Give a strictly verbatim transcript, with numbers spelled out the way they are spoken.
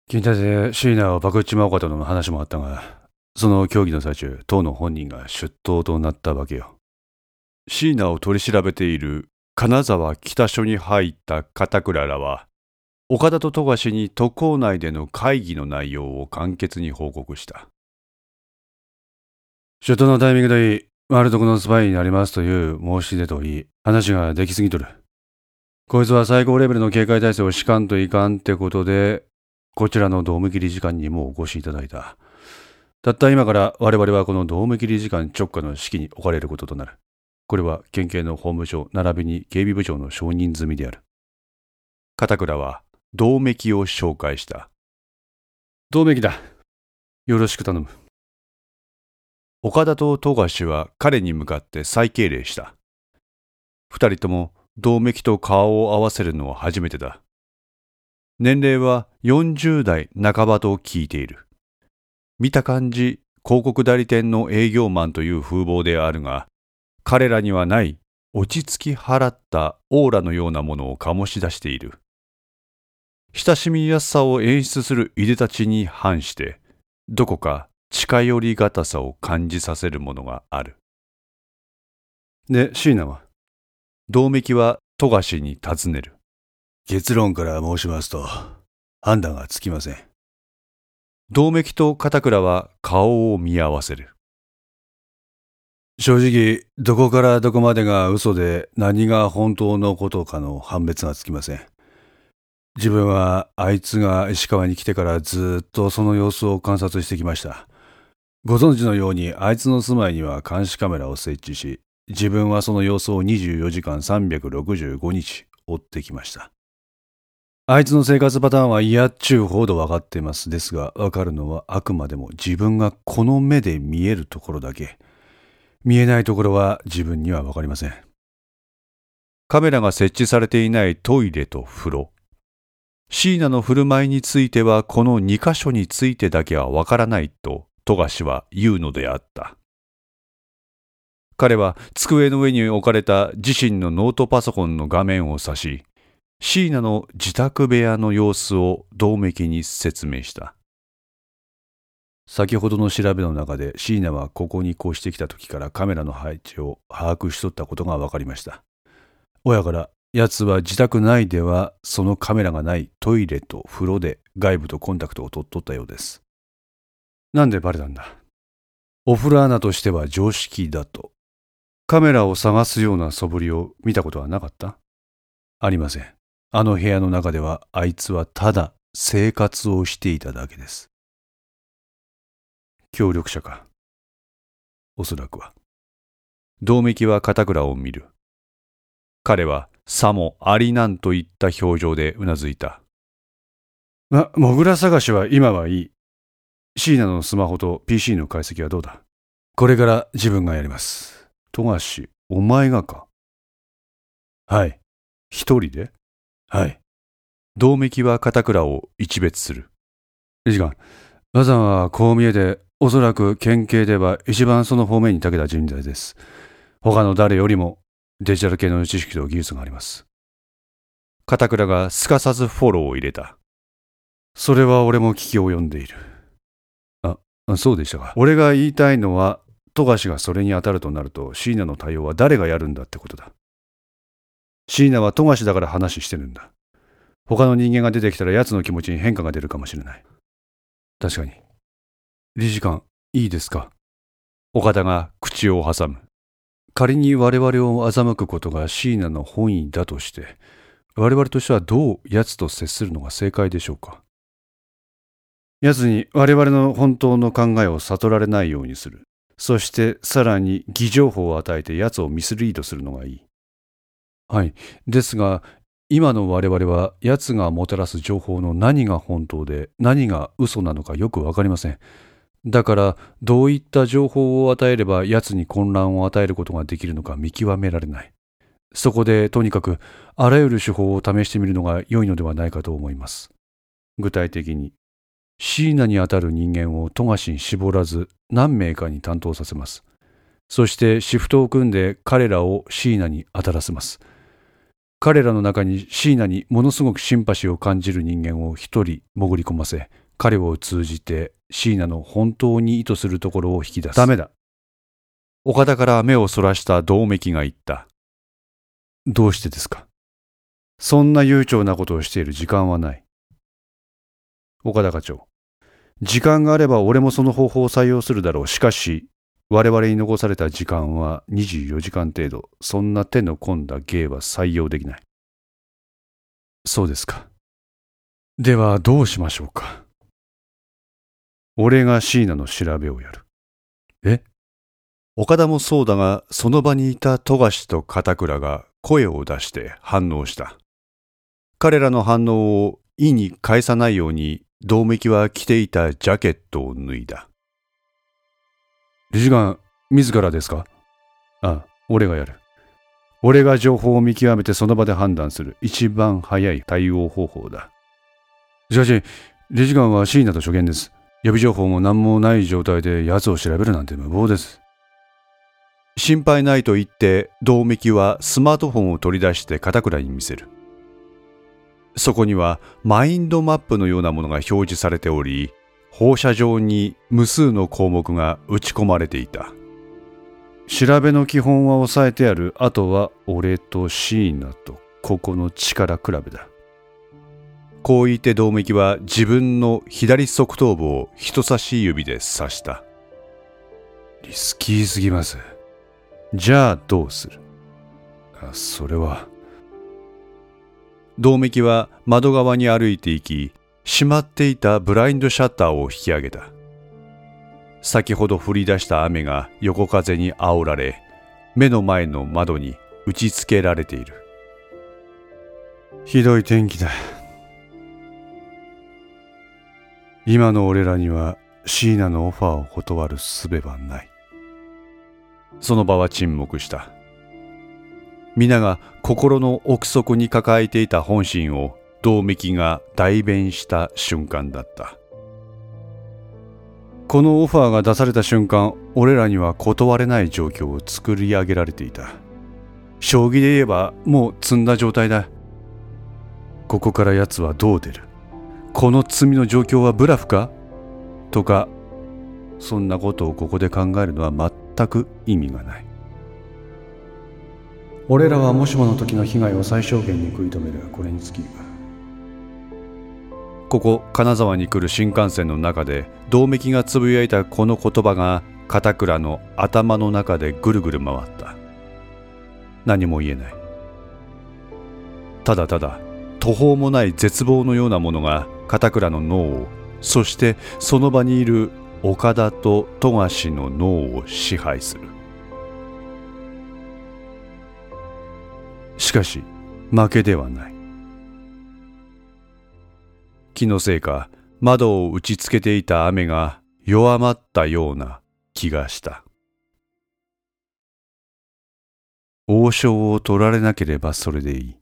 近代で椎名をパクっちまおうかとの話もあったが、その協議の最中、当の本人が出頭となったわけよ。椎名を取り調べている金沢北署に入った片倉らは、岡田と富樫に都構内での会議の内容を簡潔に報告した。出頭のタイミングでいい、丸徳のスパイになりますという申し出といい、話ができすぎとる。こいつは最高レベルの警戒態勢を敷かんといかんってことで、こちらのドーム切り時間にもお越しいただいた。たった今から我々はこのドーム切り時間直下の指揮に置かれることとなる。これは県警の本部長並びに警備部長の承認済みである。片倉は銅メキを紹介した。銅メキだ。よろしく頼む。岡田と富樫は彼に向かって再敬礼した。二人とも銅メキと顔を合わせるのは初めてだ。年齢はよんじゅう代半ばと聞いている。見た感じ、広告代理店の営業マンという風貌であるが、彼らにはない落ち着き払ったオーラのようなものを醸し出している。親しみやすさを演出するいでたちに反して、どこか近寄りがたさを感じさせるものがある。で、椎名は銅メキは富樫に尋ねる。 結論から申しますと、判断がつきません。 銅メキと片倉は顔を見合わせる。 正直、どこからどこまでが嘘で何が本当のことかの判別がつきません。自分はあいつが石川に来てからずっとその様子を観察してきました。ご存知のようにあいつの住まいには監視カメラを設置し、自分はその様子をにじゅうよじかんさんびゃくろくじゅうごにち追ってきました。あいつの生活パターンは嫌っちゅうほど分かっています。ですが、分かるのはあくまでも自分がこの目で見えるところだけ。見えないところは自分には分かりません。 カメラが設置されていないトイレと風呂。椎名の振る舞いについてはこのにかしょについてだけは分からないと富樫は言うのであった。彼は机の上に置かれた自身のノートパソコンの画面を指し、椎名の自宅部屋の様子を銅メキに説明した。 先ほどの調べの中で椎名はここに越してきた時からカメラの配置を把握しとったことが分かりました。親から奴は自宅内ではそのカメラがないトイレと風呂で外部とコンタクトを取っとったようです。 なんでバレたんだ。 お風呂穴としては常識だと。 カメラを探すような素振りを見たことはなかった？ ありません。あの部屋の中ではあいつはただ生活をしていただけです。 協力者か。 おそらくは。 銅メキは片倉を見る。彼はさもありなんといった表情でうなずいた。ま、モグラ探しは今はいい。椎名のスマホと ピーシー の解析はどうだ？ これから自分がやります。 富樫、お前がか？ はい。 一人で？ はい。 銅メキは片倉を一別する。 理事官、馬山はこう見えて、おそらく県警では一番その方面に長けた人材です。他の誰よりもデジタル系の知識と技術があります。 片倉がすかさずフォローを入れた。 それは俺も聞き及んでいる。 あ、そうでしたか。 俺が言いたいのは、富樫がそれに当たるとなると、椎名の対応は誰がやるんだってことだ。椎名は富樫だから話してるんだ。他の人間が出てきたら奴の気持ちに変化が出るかもしれない。 確かに。理事官、いいですか？岡田が口を挟む。 仮に我々を欺くことが椎名の本意だとして、我々としてはどう奴と接するのが正解でしょうか？奴に我々の本当の考えを悟られないようにする。そしてさらに偽情報を与えて奴をミスリードするのがいい。はい。ですが、今の我々は奴がもたらす情報の何が本当で何が嘘なのかよくわかりません。だからどういった情報を与えれば奴に混乱を与えることができるのか見極められない。そこでとにかくあらゆる手法を試してみるのが良いのではないかと思います。具体的に椎名にあたる人間を富樫に絞らず何名かに担当させます。そしてシフトを組んで彼らを椎名に当たらせます。彼らの中に椎名にものすごくシンパシーを感じる人間を一人潜り込ませ、 彼を通じて椎名の本当に意図するところを引き出す。 ダメだ。 岡田から目をそらした百目鬼が言った。 どうしてですか。そんな悠長なことをしている時間はない。岡田課長、時間があれば俺もその方法を採用するだろう。しかし、我々に残された時間はにじゅうよじかん程度。そんな手の込んだ芸は採用できない。 そうですか。ではどうしましょうか。 俺が椎名の調べをやる。 え？岡田もそうだが、その場にいた富樫と片倉が声を出して反応した。彼らの反応を意に返さないように、百目鬼は着ていたジャケットを脱いだ。 理事官、自らですか。ああ、俺がやる。俺が情報を見極めてその場で判断する一番早い対応方法だ。しかし、理事官は椎名と初見です。予備情報も何もない状態で奴を調べるなんて無謀です。 心配ないと言って百目鬼はスマートフォンを取り出して片倉に見せる。そこにはマインドマップのようなものが表示されており、放射状に無数の項目が打ち込まれていた。 調べの基本は押さえてある。あとは俺と椎名とここの力比べだ。 こう言って百目鬼は自分の左側頭部を人差し指で指した。 リスキーすぎます。じゃあどうする。あ、それは。 百目鬼は窓側に歩いていき、閉まっていたブラインドシャッターを引き上げた。先ほど降り出した雨が横風に煽られ、目の前の窓に打ちつけられている。 ひどい天気だ。今の俺らには椎名のオファーを断る術はない。 その場は沈黙した。皆が心の奥底に抱えていた本心を百目鬼が代弁した瞬間だった。 このオファーが出された瞬間、俺らには断れない状況を作り上げられていた。将棋で言えばもう詰んだ状態だ。ここから奴はどう出る。この罪の状況はブラフかとか、そんなことをここで考えるのは全く意味がない。俺らはもしもの時の被害を最小限に食い止める。これにつきここ金沢に来る新幹線の中で百目鬼がつぶやいたこの言葉が片倉の頭の中でぐるぐる回った。何も言えない。ただただ途方もない絶望のようなものが片倉の脳を、そしてその場にいる岡田と富樫の脳を支配する。 しかし負けではない。 気のせいか窓を打ちつけていた雨が弱まったような気がした。 王将を取られなければそれでいい。